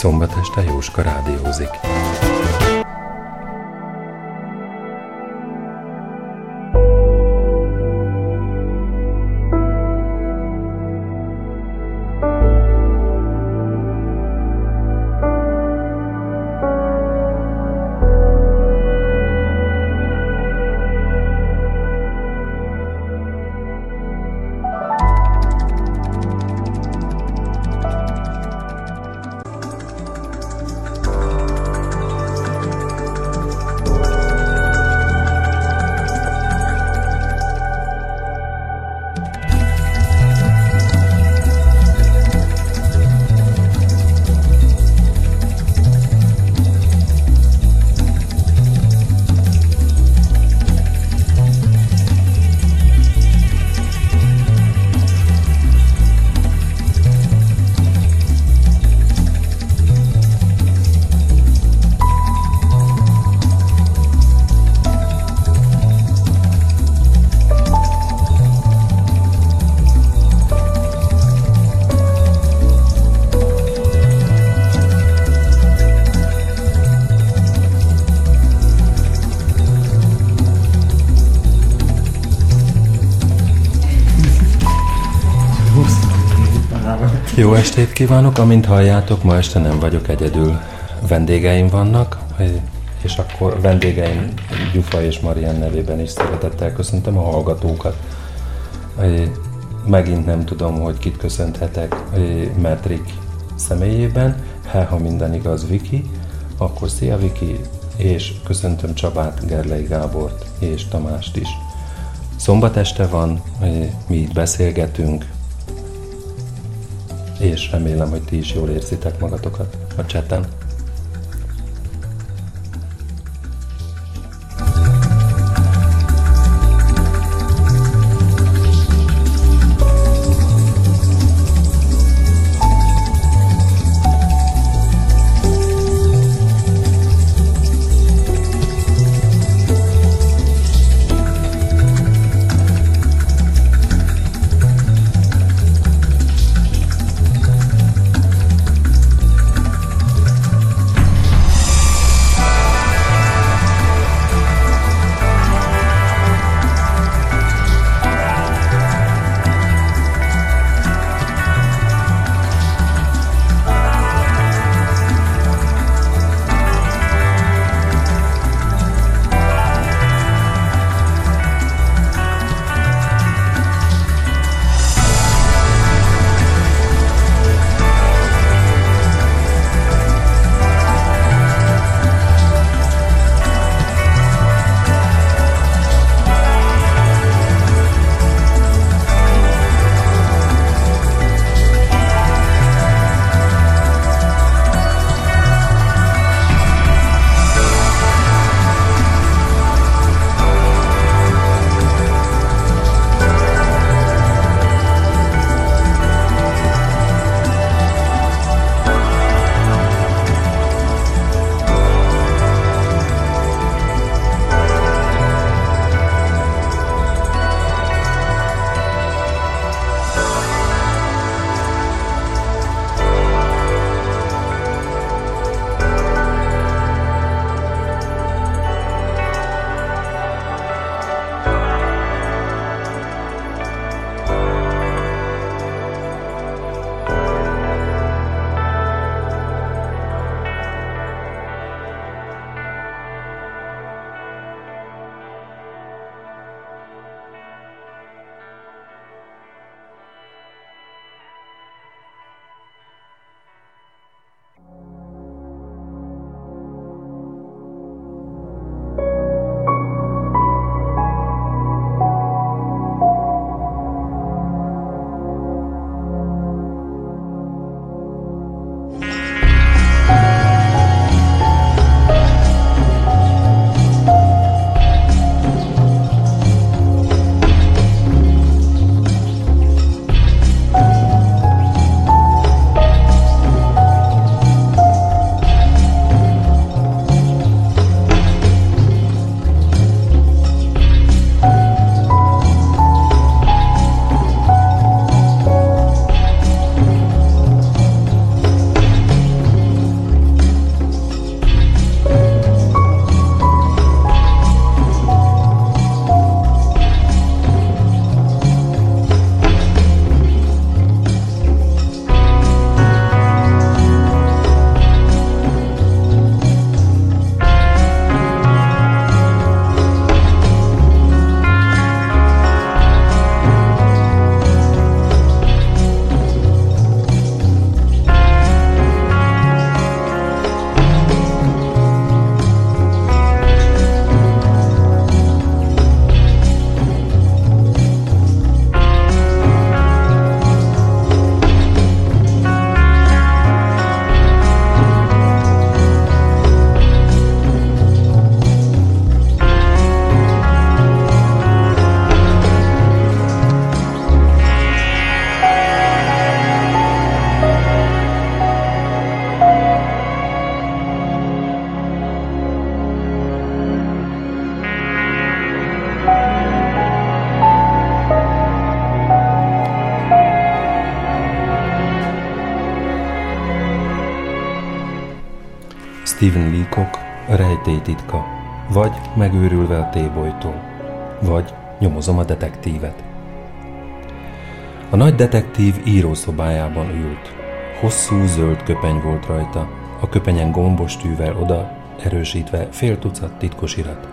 Szombat este Jóska rádiózik. Jó estét kívánok! Amint halljátok, ma este nem vagyok egyedül. Vendégeim vannak, és akkor vendégeim Gyufa és Marian nevében is szeretettel köszöntöm a hallgatókat. Megint nem tudom, hogy kit köszönhetek Metrik személyében. Ha minden igaz, Viki, akkor szia Viki, és köszöntöm Csabát, Gerlei Gábort és Tamást is. Szombat este van, mi itt beszélgetünk, és remélem, hogy ti is jól érzitek magatokat a chaten. Stephen Leacock, a rejtély titka, vagy megőrülve a tébolytól, vagy nyomozom a detektívet. A nagy detektív írószobájában ült. Hosszú zöld köpeny volt rajta, a köpenyen gombos tűvel oda erősítve fél tucat titkos irat.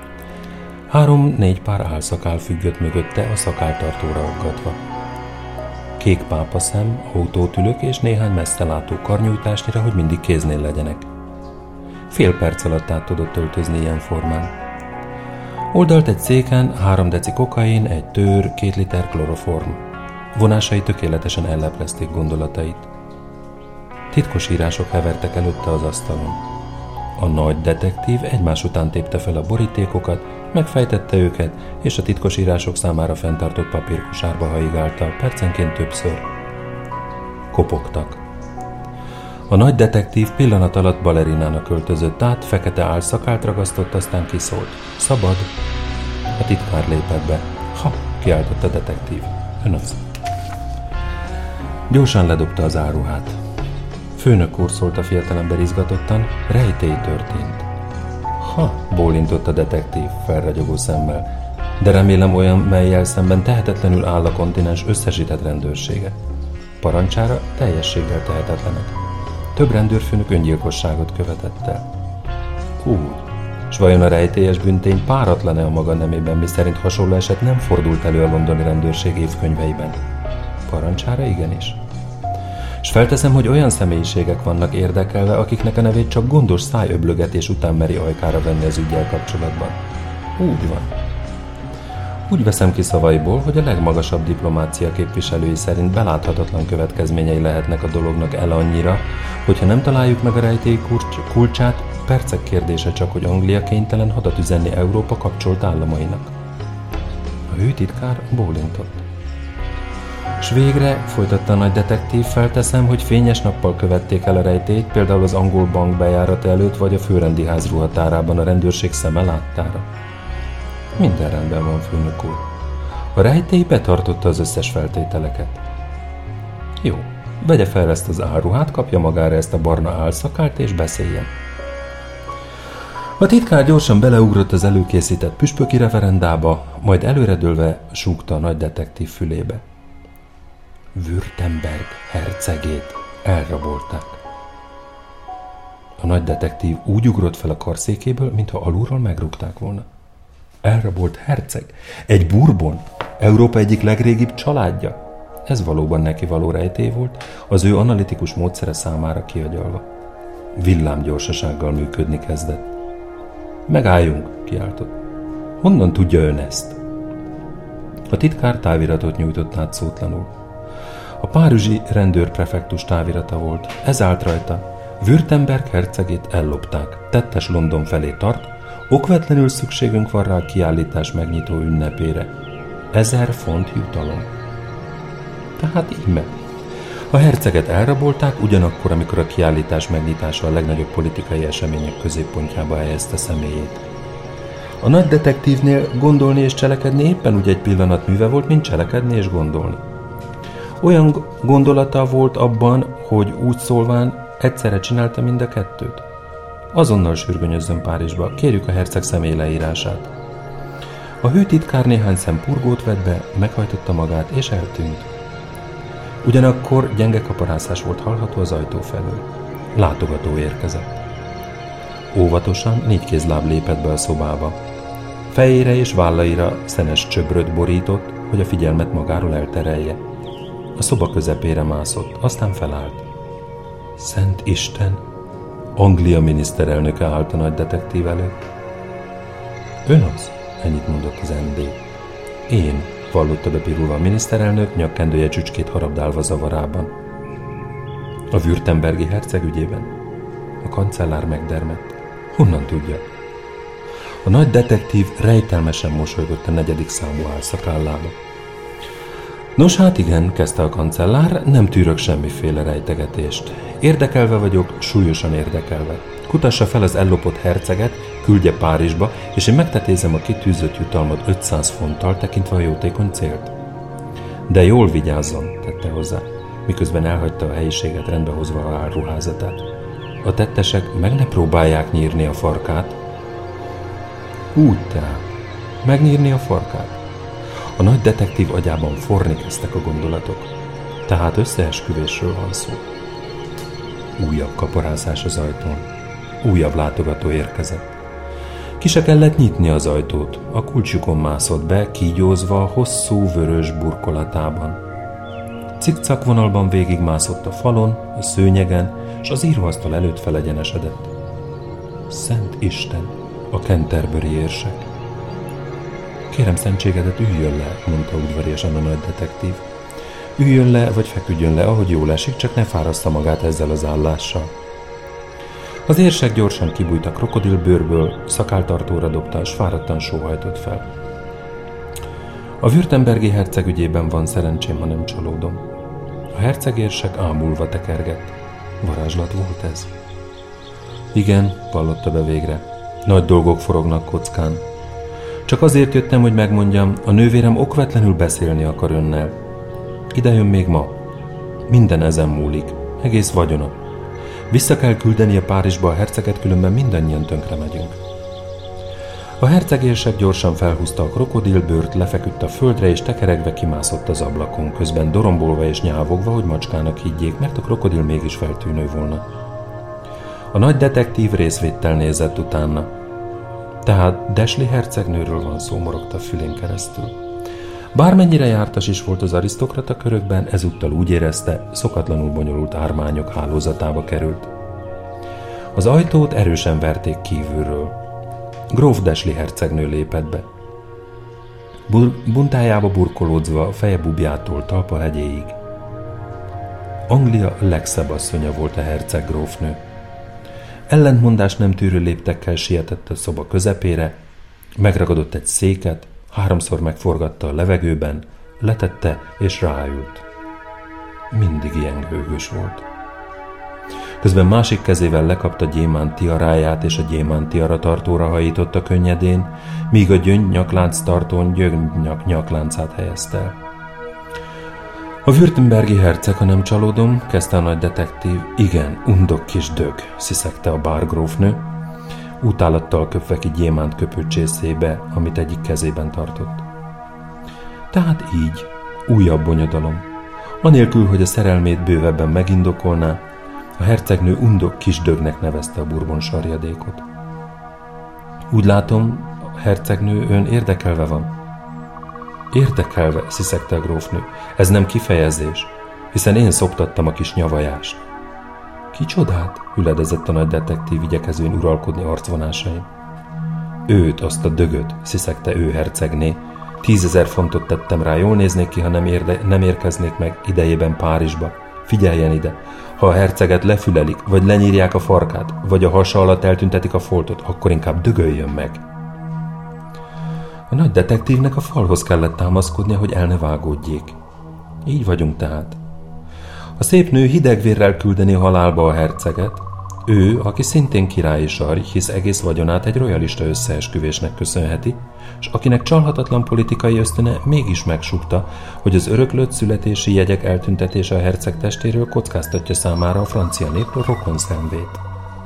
3-4 pár álszakál függött mögötte a szakáltartóra aggatva. Kék pápaszem, autótülök és néhány messzelátó karnyújtásnyira, hogy mindig kéznél legyenek. Fél perc alatt át tudott öltözni ilyen formán. Oldalt egy széken 3 deci kokain, egy tőr, 2 liter kloroform. Vonásai tökéletesen elleplezték gondolatait. Titkos írások hevertek előtte az asztalon. A nagy detektív egymás után tépte fel a borítékokat, megfejtette őket, és a titkos írások számára fenntartott papírkosárba haigálta, percenként többször. Kopogtak. A nagy detektív pillanat alatt balerinának öltözött át, fekete álszakált ragasztott, aztán kiszólt. Szabad? A titkár lépett be. Ha, kiáltott a detektív. Ön az. Gyorsan ledobta az áruhát. Főnök úr, szólt a fiatalember izgatottan, rejtély történt. Ha, bólintott a detektív felragyogó szemmel, de remélem olyan, mellyel szemben tehetetlenül áll a kontinens összesített rendőrsége. Parancsára teljességgel tehetetlenek. Több rendőrfőnök öngyilkosságot követett el. Úgy, s vajon a rejtélyes bűntény páratlan-e a maga nemében, miszerint hasonló eset nem fordult elő a londoni rendőrség évkönyveiben? Parancsára igenis. S felteszem, hogy olyan személyiségek vannak érdekelve, akiknek a nevét csak gondos szájöblögetés után meri ajkára venni az üggyel kapcsolatban. Úgy van. Úgy veszem ki szavaiból, hogy a legmagasabb diplomácia képviselői szerint beláthatatlan következményei lehetnek a dolognak el annyira, hogyha nem találjuk meg a rejtély kulcsát, percek kérdése csak, hogy Anglia kénytelen hadat üzenni Európa kapcsolt államainak. A hőtitkár bólintott. S végre, folytatta a nagy detektív, felteszem, hogy fényes nappal követték el a rejtélyt, például az angol bank bejárata előtt, vagy a főrendi ház ruhatárában a rendőrség szeme láttára. Minden rendben van, főnök úr. A rejtély betartotta az összes feltételeket. Jó, vegye fel ezt az áruhát, kapja magára ezt a barna álszakált és beszéljen. A titkár gyorsan beleugrott az előkészített püspöki referendába, majd előredőlve súgta a nagy detektív fülébe. Württemberg hercegét elrabolták. A nagy detektív úgy ugrott fel a karszékéből, mintha alulról megrúgták volna. Elrabolt herceg? Egy Bourbon? Európa egyik legrégibb családja? Ez valóban neki való rejtély volt, az ő analitikus módszere számára kiagyalva. Villámgyorsasággal működni kezdett. Megálljunk, kiáltott. Honnan tudja ön ezt? A titkár táviratot nyújtott át szótlanul. A párizsi rendőrprefektus távirata volt. Ez állt rajta. Württemberg hercegét ellopták. Tettes London felé tart. Okvetlenül szükségünk van rá a kiállítás megnyitó ünnepére. 1000 font jutalom. Tehát íme. A herceget elrabolták, ugyanakkor, amikor a kiállítás megnyitása a legnagyobb politikai események középpontjába helyezte személyét. A nagy detektívnél gondolni és cselekedni éppen úgy egy pillanat műve volt, mint cselekedni és gondolni. Olyan gondolata volt abban, hogy úgy szólván egyszerre csinálta mind a kettőt. Azonnal sürgönyözzön Párizsba, kérjük a herceg személy leírását. A hőtitkár néhány szem purgót vett be, meghajtotta magát és eltűnt. Ugyanakkor gyenge kaparászás volt hallható az ajtó felől. Látogató érkezett. Óvatosan 4 kézláb lépett be a szobába. Fejére és vállaira szenes csöbröt borított, hogy a figyelmet magáról elterelje. A szoba közepére mászott, aztán felállt. Szent Isten! Anglia miniszterelnöke állt a nagy detektív előtt. Ön az? Ennyit mondott az MD. Én, vallotta bepirulva a miniszterelnök, nyakkendője csücskét harabdálva zavarában. A württembergi herceg ügyében? A kancellár megdermedt. Honnan tudja? A nagy detektív rejtelmesen mosolygott a 4. számú álszakállába. Nos hát igen, kezdte a kancellár, nem tűrök semmiféle rejtegetést. Érdekelve vagyok, súlyosan érdekelve. Kutassa fel az ellopott herceget, küldje Párizsba, és én megtetézem a kitűzött jutalmat 500 fonttal, tekintve a jótékony célt. De jól vigyázzon, tette hozzá, miközben elhagyta a helyiséget rendbehozva a áruházatát. a tettesek meg ne próbálják nyírni a farkát. Úgy tehát, megnyírni a farkát. A nagy detektív agyában forni kezdtek a gondolatok. Tehát összeesküvésről van szó. Újabb kaparázás az ajtón. Újabb látogató érkezett. Ki se kellett nyitni az ajtót, a kulcsukon mászott be, kígyózva a hosszú vörös burkolatában. Cikcak vonalban végigmászott a falon, a szőnyegen, és az íróasztal előtt felegyenesedett. Szent Isten, a Canterbury érsek. Kérem szentségedet, üljön le, mondta udvariasan a nagy detektív. Üljön le, vagy feküdjön le, ahogy jól esik, csak ne fáraszta magát ezzel az állással. Az érsek gyorsan kibújt a krokodilbőrből, szakáltartóra dobta, és fáradtan sóhajtott fel. A württembergi herceg ügyében van szerencsém, ha nem csalódom. A hercegérsek ámulva tekergett. Varázslat volt ez? Igen, vallotta be végre. Nagy dolgok forognak kockán. Csak azért jöttem, hogy megmondjam, a nővérem okvetlenül beszélni akar önnel. Ide jön még ma. Minden ezen múlik. Egész vagyona. Vissza kell küldenie Párizsba a herceget, különben mindannyian tönkre megyünk. A hercegérsek gyorsan felhúzta a krokodilbőrt, lefeküdt a földre és tekeregve kimászott az ablakon, közben dorombolva és nyávogva, hogy macskának higgyék, mert a krokodil mégis feltűnő volna. A nagy detektív részvéttel nézett utána. Tehát Dashley hercegnőről van szó, morogta fülén keresztül. Bármennyire jártas is volt az arisztokrata körökben, ezúttal úgy érezte, szokatlanul bonyolult ármányok hálózatába került. Az ajtót erősen verték kívülről. Gróf Dashley hercegnő lépett be. Buntájába burkolódzva a feje bubjától talpa hegyéig. Anglia legszebb asszonya volt a herceg grófnő. Ellentmondás nem tűrő léptekkel sietett a szoba közepére, megragadott egy széket, 3-szor megforgatta a levegőben, letette és ráült. Mindig ilyen gőgös volt. Közben másik kezével lekapta gyémánt tiaráját és a gyémánt tiara tartóra hajította könnyedén, míg a gyöngy nyaklánc tartón gyöngy nyakláncát helyezte el. A württembergi herceg, ha nem csalódom, kezdte a nagy detektív. Igen, undok kis dög, sziszegte a bárgrófnő, utálattal köpve ki gyémánt köpőcsészébe, amit egyik kezében tartott. Tehát így, újabb bonyodalom. Anélkül, hogy a szerelmét bővebben megindokolná, a hercegnő undok kis dögnek nevezte a bourbon sarjadékot. Úgy látom, a hercegnő ön érdekelve van. Érdekelve, sziszegte a grófnő. Ez nem kifejezés, hiszen én szoptattam a kis nyavajást. Kicsodát? Hüledezett a nagy detektív, igyekezőn uralkodni arcvonásain. Őt, azt a dögöt, sziszegte ő hercegné. 10 000 fontot tettem rá, jól néznék ki, ha nem érkeznék meg idejében Párizsba. Figyeljen ide, ha a herceget lefülelik, vagy lenyírják a farkát, vagy a hasa alatt eltüntetik a foltot, akkor inkább dögöljön meg. A nagy detektívnek a falhoz kellett támaszkodnia, hogy el ne vágódjék. Így vagyunk tehát. A szép nő hidegvérrel küldeni halálba a herceget, ő, aki szintén királyi sarj, hisz egész vagyonát egy royalista összeesküvésnek köszönheti, és akinek csalhatatlan politikai ösztöne mégis megsúgta, hogy az öröklött születési jegyek eltüntetése a herceg testéről kockáztatja számára a francia nép rokon szenvét.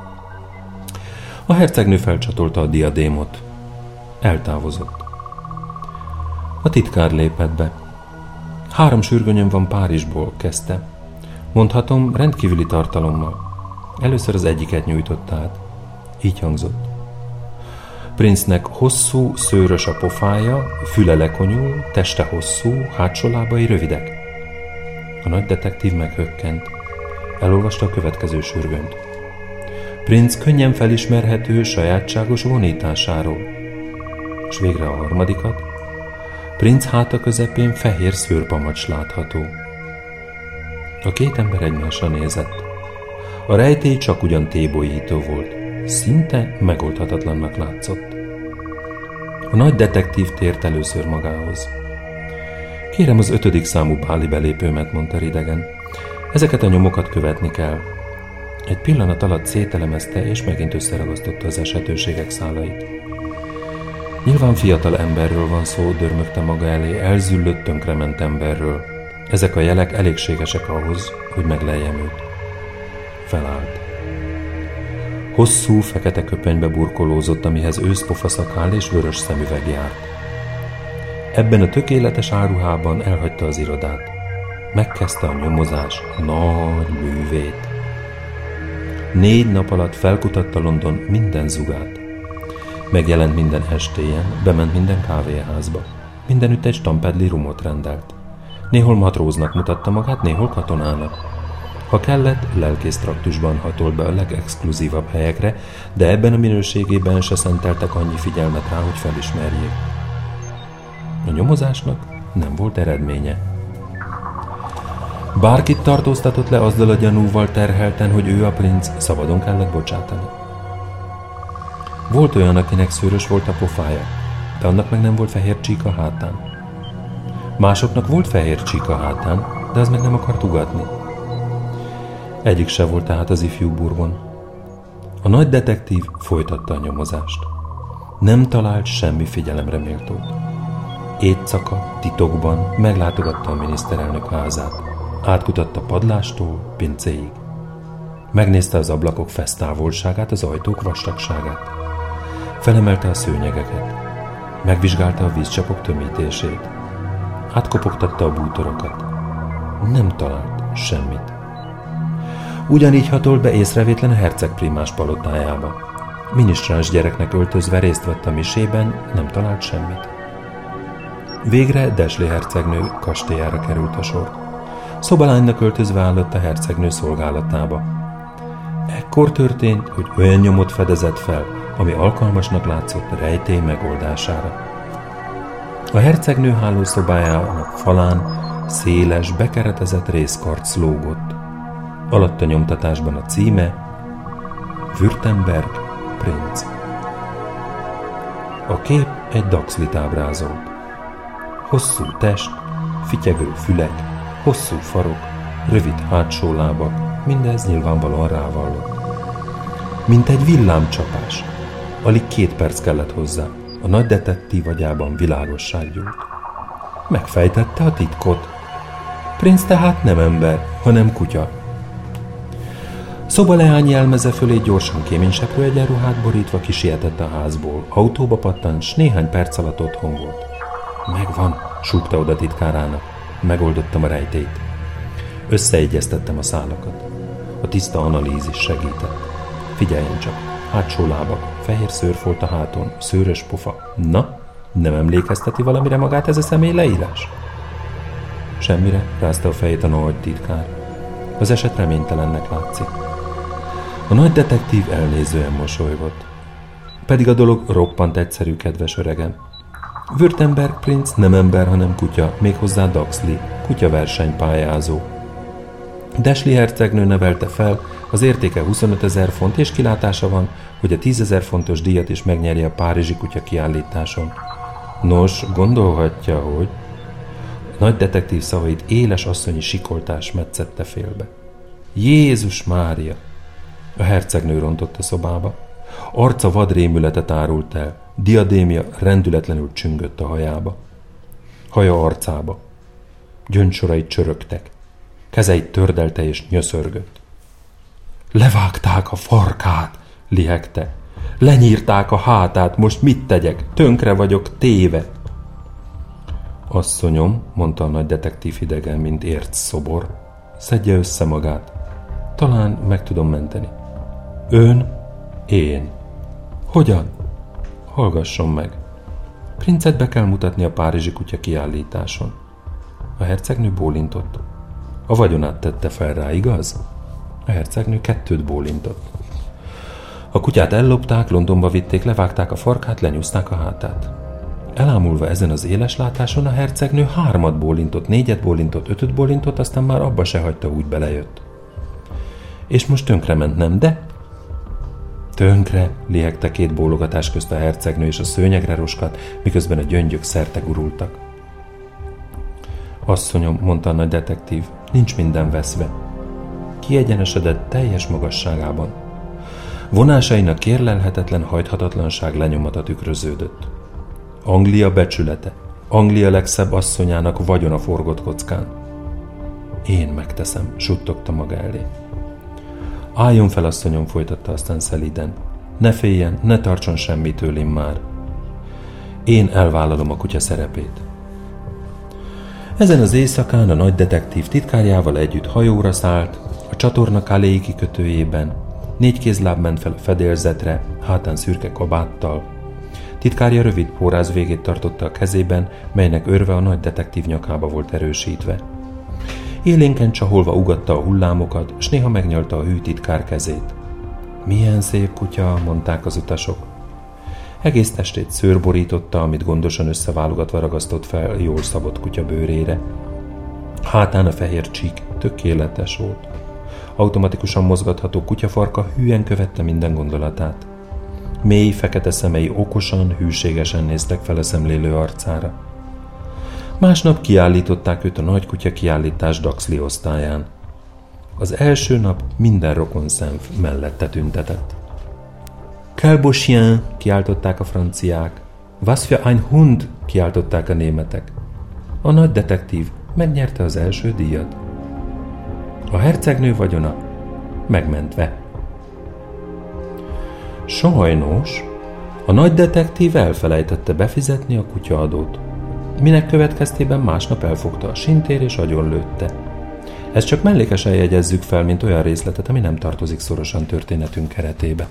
A hercegnő felcsatolta a diadémot. Eltávozott. A titkár lépett be. 3 sürgönyöm van Párizsból, kezdte. Mondhatom, rendkívüli tartalommal. Először az egyiket nyújtotta át. Így hangzott. Princnek hosszú, szőrös a pofája, füle lekonyul, teste hosszú, hátsó lábai rövidek. A nagy detektív meghökkent. Elolvasta a következő sürgönyt. Princ könnyen felismerhető sajátságos vonításáról. És végre a harmadikat. Princ háta közepén fehér szőrpamacs látható. A 2 ember egymásra nézett. A rejtély csak ugyan tébolyító volt. Szinte megoldhatatlannak látszott. A nagy detektív tért először magához. Kérem az 5. számú báli belépőmet, mondta ridegen. Ezeket a nyomokat követni kell. Egy pillanat alatt szételemezte, és megint összeragasztotta az esetőségek szálait. Nyilván fiatal emberről van szó, dörmögte maga elé, elzüllött, tönkrement emberről. Ezek a jelek elégségesek ahhoz, hogy megleljem őt. Felállt. Hosszú, fekete köpenybe burkolózott, amihez őszpofaszakál és vörös szemüveg járt. Ebben a tökéletes áruhában elhagyta az irodát. Megkezdte a nyomozás nagy művét. 4 nap alatt felkutatta London minden zugát. Megjelent minden estéjen, bement minden kávéházba. Mindenütt egy stampedli rumot rendelt. Néhol matróznak mutatta magát, néhol katonának. Ha kellett, lelkész traktusban hatolt be a legexkluzívabb helyekre, de ebben a minőségében se szenteltek annyi figyelmet rá, hogy felismerjék. A nyomozásnak nem volt eredménye. Bárkit tartóztatott le azzal a gyanúval terhelten, hogy ő a princ, szabadon kellett bocsátani. Volt olyan, akinek szőrös volt a pofája, de annak meg nem volt fehér csík a hátán. Másoknak volt fehér csík a hátán, de az meg nem akart ugatni. Egyik se volt tehát az ifjú Bourbon. A nagy detektív folytatta a nyomozást. Nem talált semmi figyelemre méltót. Éjszaka, titokban meglátogatta a miniszterelnök házát. Átkutatta padlástól pincéig. Megnézte az ablakok fesztávolságát, az ajtók vastagságát. Felemelte a szőnyegeket. Megvizsgálta a vízcsapok tömítését. Átkopogtatta a bútorokat. Nem talált semmit. Ugyanígy hatolt be észrevétlen a herceg primás palotájába. Minisztráns gyereknek öltözve részt vett a misében, nem talált semmit. Végre Dashley hercegnő kastélyára került a sor. Szobalánynak öltözve állott a hercegnő szolgálatába. Ekkor történt, hogy olyan nyomot fedezett fel, ami alkalmasnak látszott rejtély megoldására. A hercegnő hálószobájának falán széles, bekeretezett részkarc lógott. Alatta nyomtatásban a címe Württemberg princ. A kép egy Dachslit ábrázolt. Hosszú test, fityegő fülek, hosszú farok, rövid hátsó lábak, mindez nyilvánvalóan rávallott. Mint egy villámcsapás. Alig 2 perc kellett hozzá. A nagy detektív agyában világosság gyújt. Megfejtette a titkot. Princ tehát nem ember, hanem kutya. Szobaleány jelmeze fölé gyorsan kéményseprő egyenruhát borítva kisietett a házból. Autóba pattant, s néhány perc alatt otthon volt. Megvan, súgta oda titkárának. Megoldottam a rejtélyt. Összeegyeztettem a szálakat. A tiszta analízis segített. Figyeljen csak, hátsó lábak, fehér szőrfolt a háton, szőrös pofa. Na, nem emlékezteti valamire magát ez a személy leírás? Semmire, rázta a fejét a nagy titkár. Az eset reménytelennek látszik. A nagy detektív elnézően mosolygott. Pedig a dolog roppant egyszerű, kedves öregem. Württemberg princ nem ember, hanem kutya, méghozzá Dachsli, kutyaversenypályázó. Dashley hercegnő nevelte fel, az értéke 25 000 font, és kilátása van, hogy a 10 000 fontos díjat is megnyerje a párizsi kutya kiállításon. Nos, gondolhatja, hogy... A nagy detektív szavait éles asszonyi sikoltás metszette félbe. Jézus Mária! A hercegnő rontott a szobába. Arca vadrémületet árult el, diadémja rendületlenül csüngött a hajába. Haja arcába. Gyöngysorai csörögtek. Kezeit tördelte és nyöszörgött. Levágták a farkát, lihegte. Lenyírták a hátát, most mit tegyek? Tönkre vagyok téve. Asszonyom, mondta a nagy detektív hidegen, mint ért szobor, szedje össze magát. Talán meg tudom menteni. Ön? Én. Hogyan? Hallgasson meg. Princet be kell mutatni a párizsi kutya kiállításon. A hercegnő bólintott. A vagyonát tette fel rá, igaz? A hercegnő 2 bólintott. A kutyát ellopták, Londonba vitték, levágták a farkát, lenyúzták a hátát. Elámulva ezen az éles látáson a hercegnő 3 bólintott, 4 bólintott, 5 bólintott, aztán már abba se hagyta, úgy belejött. És most tönkrement, nem, de? Tönkre, lihegte 2 bólogatás közt a hercegnő, és a szőnyegre roskadt, miközben a gyöngyök szerte gurultak. Asszonyom, mondta a nagy detektív, nincs minden veszve. Kiegyenesedett teljes magasságában. Vonásainak kérlelhetetlen hajthatatlanság lenyomata tükröződött. Anglia becsülete, Anglia legszebb asszonyának vagyona forgott kockán. Én megteszem, suttogta maga elé. Álljon fel, asszonyom, folytatta aztán szelíden. Ne féljen, ne tartson semmitől immár. Én elvállalom a kutya szerepét. Ezen az éjszakán a nagy detektív titkárjával együtt hajóra szállt, a csatorna Calais kikötőjében, 4 kézláb ment fel a fedélzetre, hátán szürke kabáttal. Titkárja rövid póráz végét tartotta a kezében, melynek örve a nagy detektív nyakába volt erősítve. Élénken csaholva ugatta a hullámokat, s néha megnyalta a hű titkár kezét. Milyen szép kutya, mondták az utasok. Egész testét szőr borította, amit gondosan összeválogatva ragasztott fel jól szabott kutya bőrére. Hátán a fehér csík tökéletes volt. Automatikusan mozgatható kutyafarka hűen követte minden gondolatát. Mély, fekete szemei okosan, hűségesen néztek fel a szemlélő arcára. Másnap kiállították őt a nagy kutya kiállítás Daxley osztályán. Az első nap minden rokonszemv mellette tüntetett. Quel beau chien, kiáltották a franciák. Was für ein Hund, kiáltották a németek. A nagy detektív megnyerte az első díjat. A hercegnő vagyona megmentve. Sajnos a nagy detektív elfelejtette befizetni a kutyaadót, minek következtében másnap elfogta a sintér és agyonlőtte. Ezt csak mellékesen jegyezzük fel, mint olyan részletet, ami nem tartozik szorosan történetünk keretébe.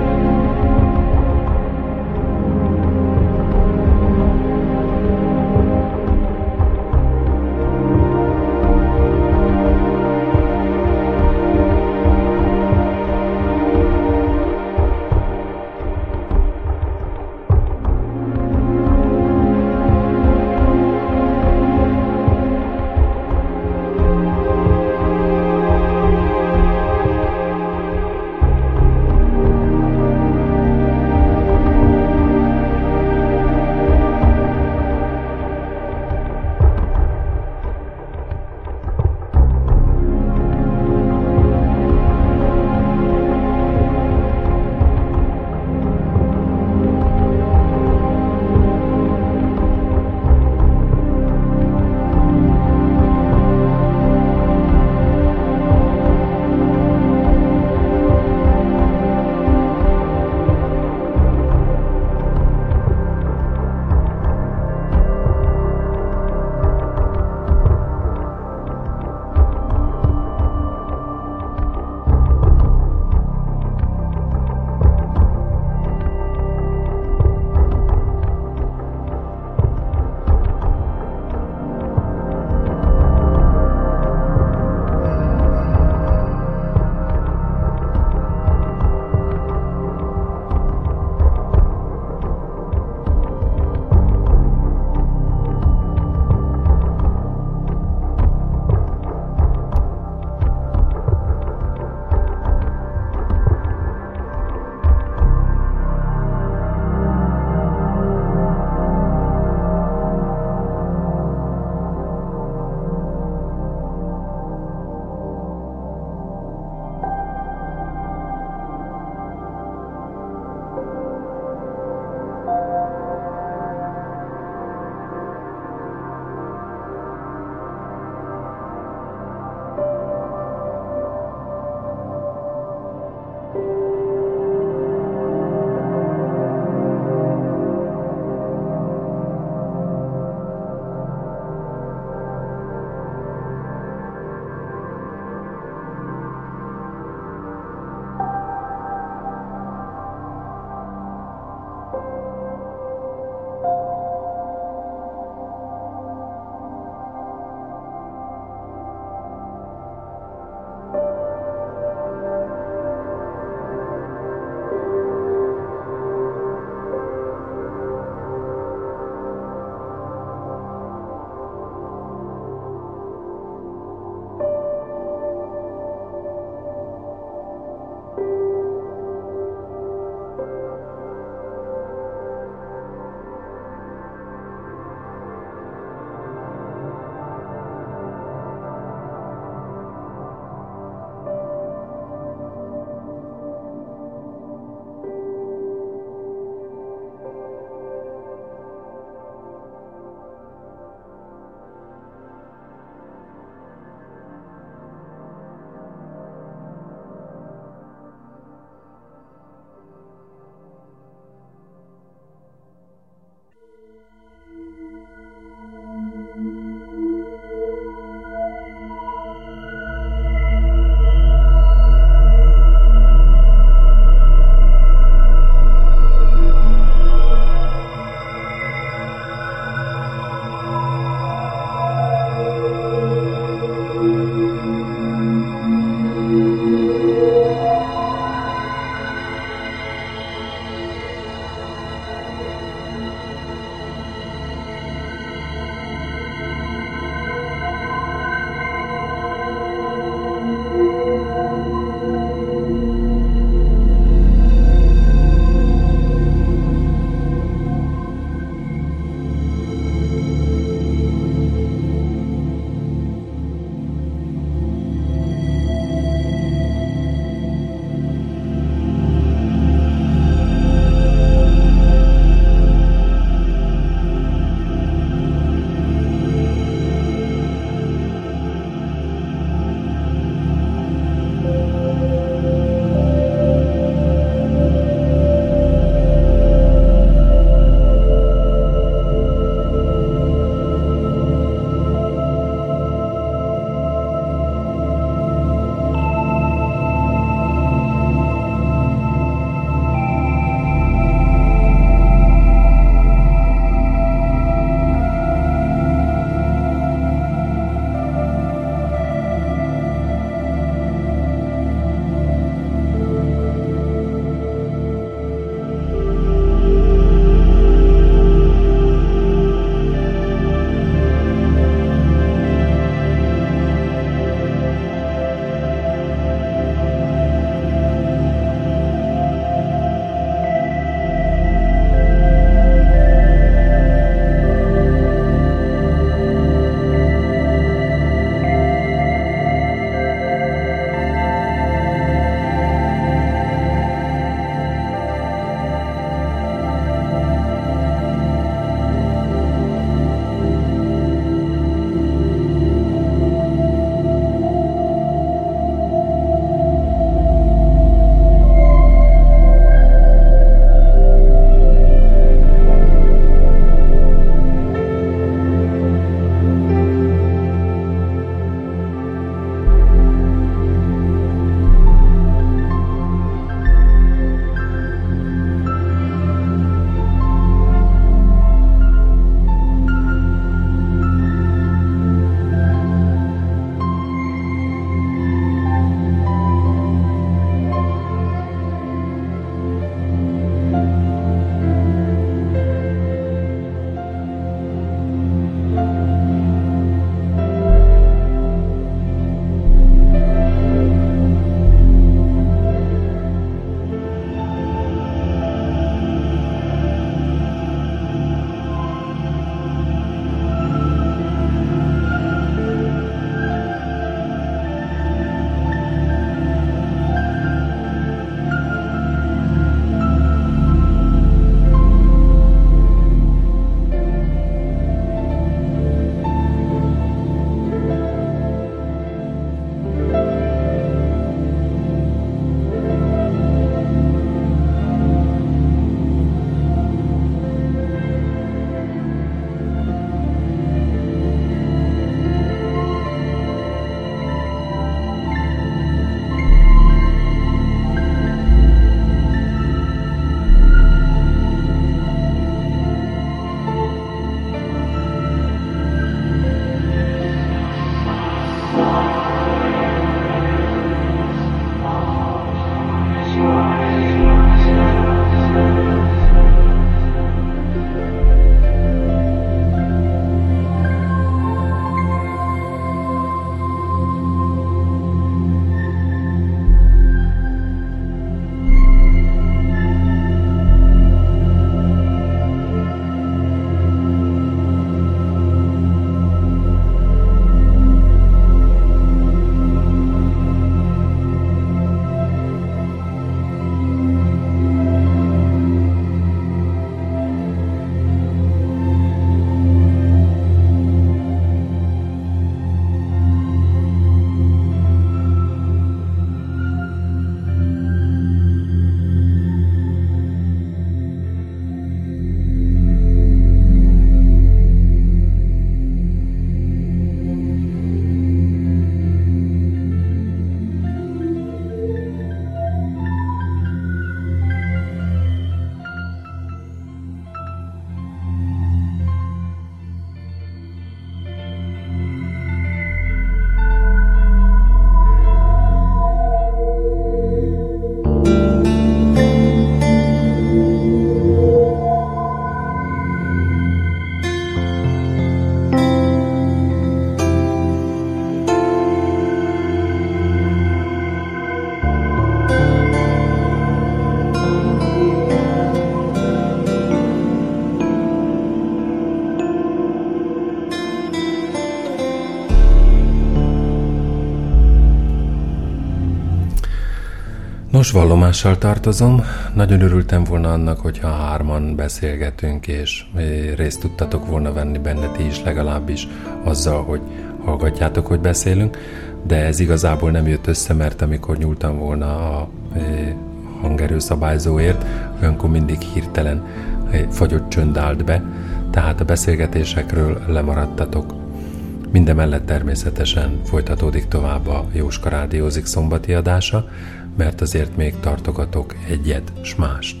Nos, vallomással tartozom. Nagyon örültem volna annak, hogyha hárman beszélgetünk, és részt tudtatok volna venni benne ti is legalábbis azzal, hogy hallgatjátok, hogy beszélünk, de ez igazából nem jött össze, mert amikor nyúltam volna a hangerőszabályzóért, olyankor mindig hirtelen fagyott csönd állt be, tehát a beszélgetésekről lemaradtatok. Mindemellett természetesen folytatódik tovább a Jóska Rádiózik szombati adása, mert azért még tartogatok egyet s mást.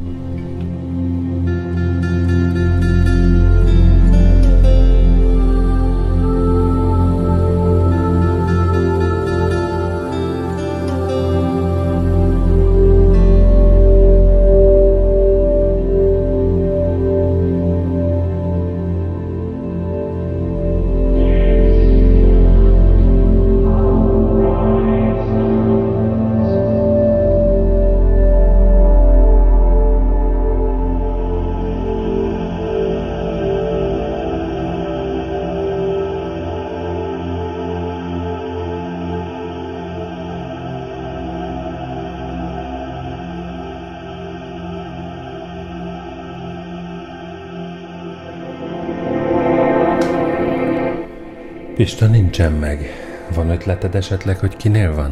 Pista, nincsen meg. Van ötleted esetleg, hogy kinél van?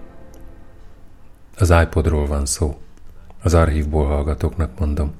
Az iPodról van szó. Az archívból hallgatóknak mondom.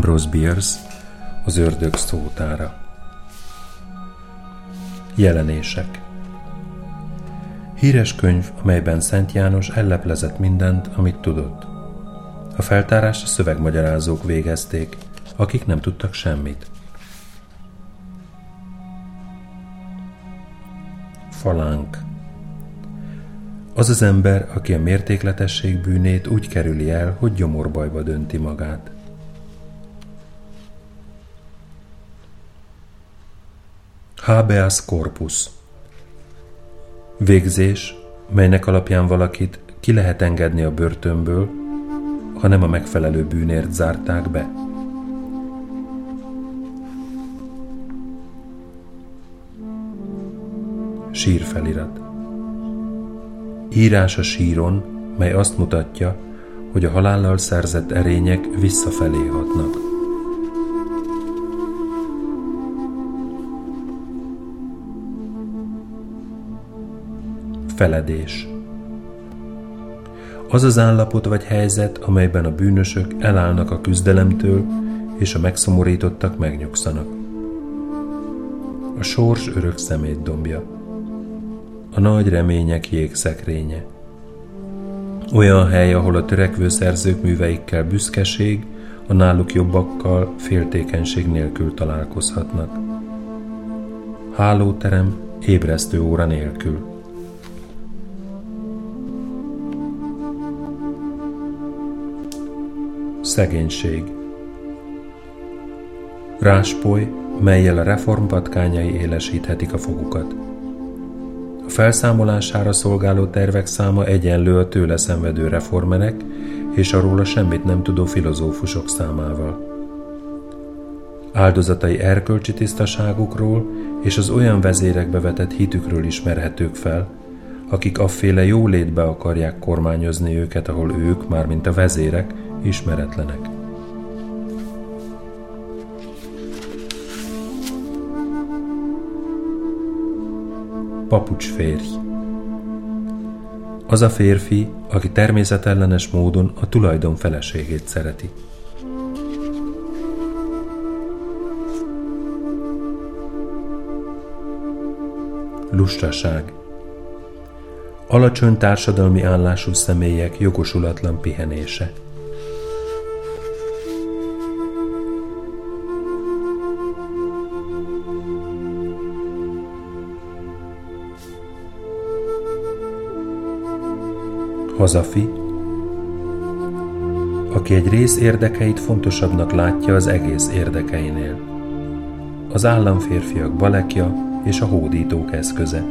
Ambrose Bierce, az ördög szótára. Jelenések. Híres könyv, amelyben Szent János elleplezett mindent, amit tudott. A feltárást a szövegmagyarázók végezték, akik nem tudtak semmit. Falánk. Az az ember, aki a mértékletesség bűnét úgy kerüli el, hogy gyomorbajba dönti magát. Habeas corpus. Végzés, melynek alapján valakit ki lehet engedni a börtönből, ha nem a megfelelő bűnért zárták be. Sírfelirat. Írás a síron, mely azt mutatja, hogy a halállal szerzett erények visszafelé hatnak. Feledés. Az az állapot vagy helyzet, amelyben a bűnösök elállnak a küzdelemtől, és a megszomorítottak megnyugszanak. A sors örök szemétdombja. A nagy remények jégszekrénye. Olyan hely, ahol a törekvő szerzők műveikkel büszkeség, a náluk jobbakkal féltékenység nélkül találkozhatnak. Hálóterem, ébresztő óra nélkül. Szegénység. Ráspoly, mellyel a reform patkányai élesíthetik a fogukat. A felszámolására szolgáló tervek száma egyenlő a tőle szenvedő reformerek és a róla semmit nem tudó filozófusok számával. Áldozatai erkölcsi tisztaságukról és az olyan vezérekbe vetett hitükről ismerhetők fel, akik afféle jólétbe akarják kormányozni őket, ahol ők, mármint a vezérek, ismeretlenek. Papucsférj. Az a férfi, aki természetellenes módon a tulajdon feleségét szereti. Lustaság. Alacsony társadalmi állású személyek jogosulatlan pihenése. Hazafi, aki egy rész érdekeit fontosabbnak látja az egész érdekeinél. Az államférfiak balekja és a hódítók eszköze.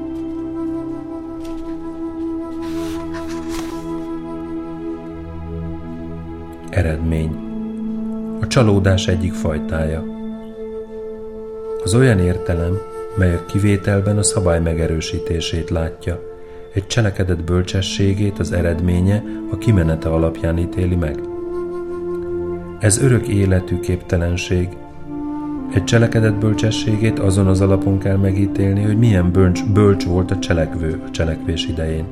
Eredmény. A csalódás egyik fajtája. Az olyan értelem, mely a kivételben a szabály megerősítését látja, egy cselekedet bölcsességét az eredménye a kimenete alapján ítéli meg. Ez örök életű képtelenség. Egy cselekedet bölcsességét azon az alapon kell megítélni, hogy milyen bölcs volt a cselekvő a cselekvés idején.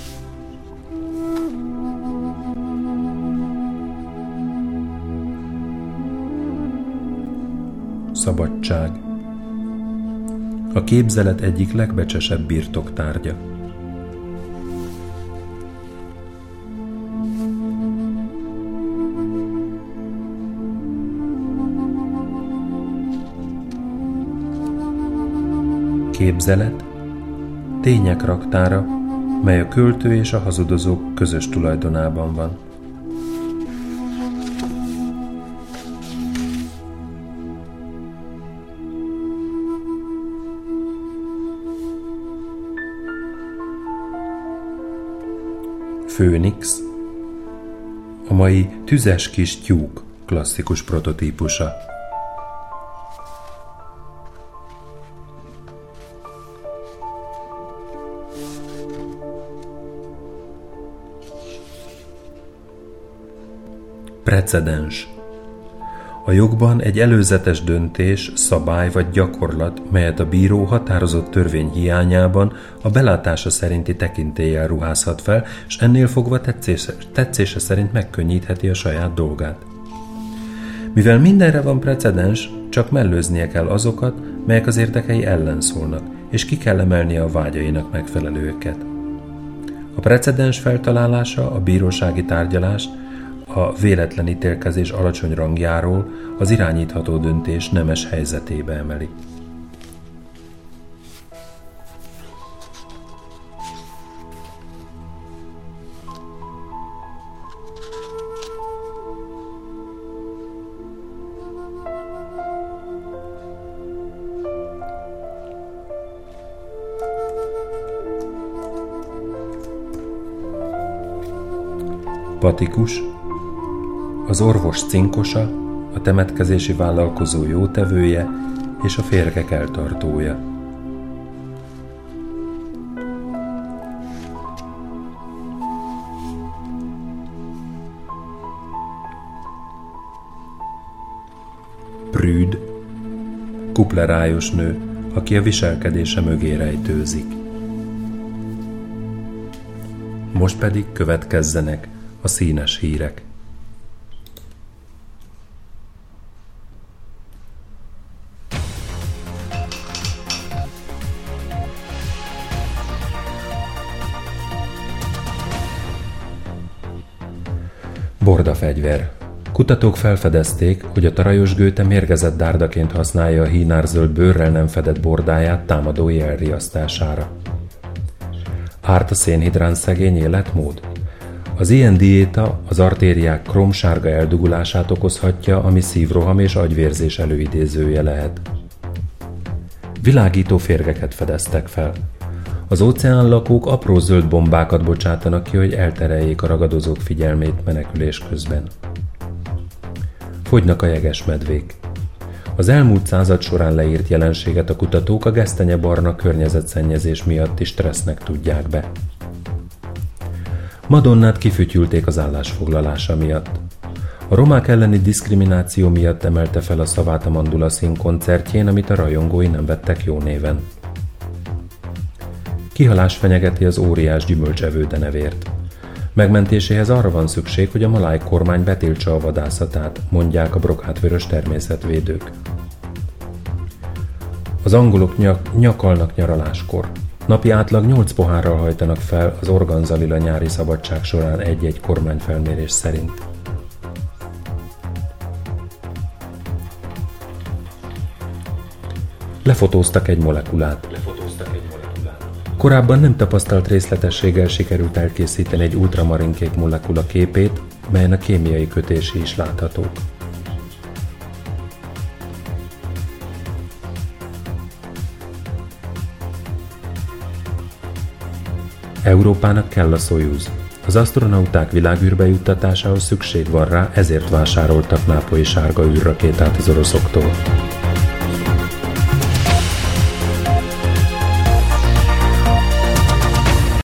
Szabadság. A képzelet egyik legbecsesebb birtoktárgya. Képzelet, tények raktára, mely a költő és a hazudozók közös tulajdonában van. Főnix, a mai tüzes kis tyúk klasszikus prototípusa. Precedens. A jogban egy előzetes döntés, szabály vagy gyakorlat, melyet a bíró határozott törvény hiányában a belátása szerinti tekintéllyel ruházhat fel, és ennél fogva tetszése szerint megkönnyítheti a saját dolgát. Mivel mindenre van precedens, csak mellőznie kell azokat, melyek az érdekei ellen szólnak, és ki kell emelnie a vágyainak megfelelőket. A precedens feltalálása a bírósági tárgyalást a véletlen ítélkezés alacsony rangjáról az irányítható döntés nemes helyzetébe emeli. Patikus, az orvos cinkosa, a temetkezési vállalkozó jótevője és a férgek eltartója. Prűd, kuplerájos nő, aki a viselkedése mögé rejtőzik. Most pedig következzenek a színes hírek. Bordafegyver. Kutatók felfedezték, hogy a tarajos gőte mérgezett dárdaként használja a hínárzöld bőrrel nem fedett bordáját támadói elriasztására. Árt a szénhidrán szegény életmód? Az ilyen diéta az artériák kromsárga eldugulását okozhatja, ami szívroham és agyvérzés előidézője lehet. Világító férgeket fedeztek fel. Az óceánlakók apró zöld bombákat bocsátanak ki, hogy eltereljék a ragadozók figyelmét menekülés közben. Fogynak a jegesmedvék. Az elmúlt század során leírt jelenséget a kutatók a gesztenyebarna környezetszennyezés miatti stressznek tudják be. Madonnát kifütyülték az állásfoglalása miatt. A romák elleni diszkrimináció miatt emelte fel a szavát a Mandula Szín koncertjén, amit a rajongói nem vettek jó néven. Kihalás fenyegeti az óriás gyümölcsevő denevért. Megmentéséhez arra van szükség, hogy a maláj kormány betiltsa a vadászatát, mondják a brokátvörös természetvédők. Az angolok nyakalnak nyaraláskor. Napi átlag 8 pohárral hajtanak fel az organzalila nyári szabadság során egy-egy kormányfelmérés szerint. Lefotóztak egy molekulát. Korábban nem tapasztalt részletességgel sikerült elkészíteni egy ultramarinkék molekula képét, melyen a kémiai kötési is láthatók. Európának kell a Szojuz. Az asztronauták világűrbe juttatásához szükség van rá, ezért vásároltak nápolyi sárga űrrakétát az oroszoktól.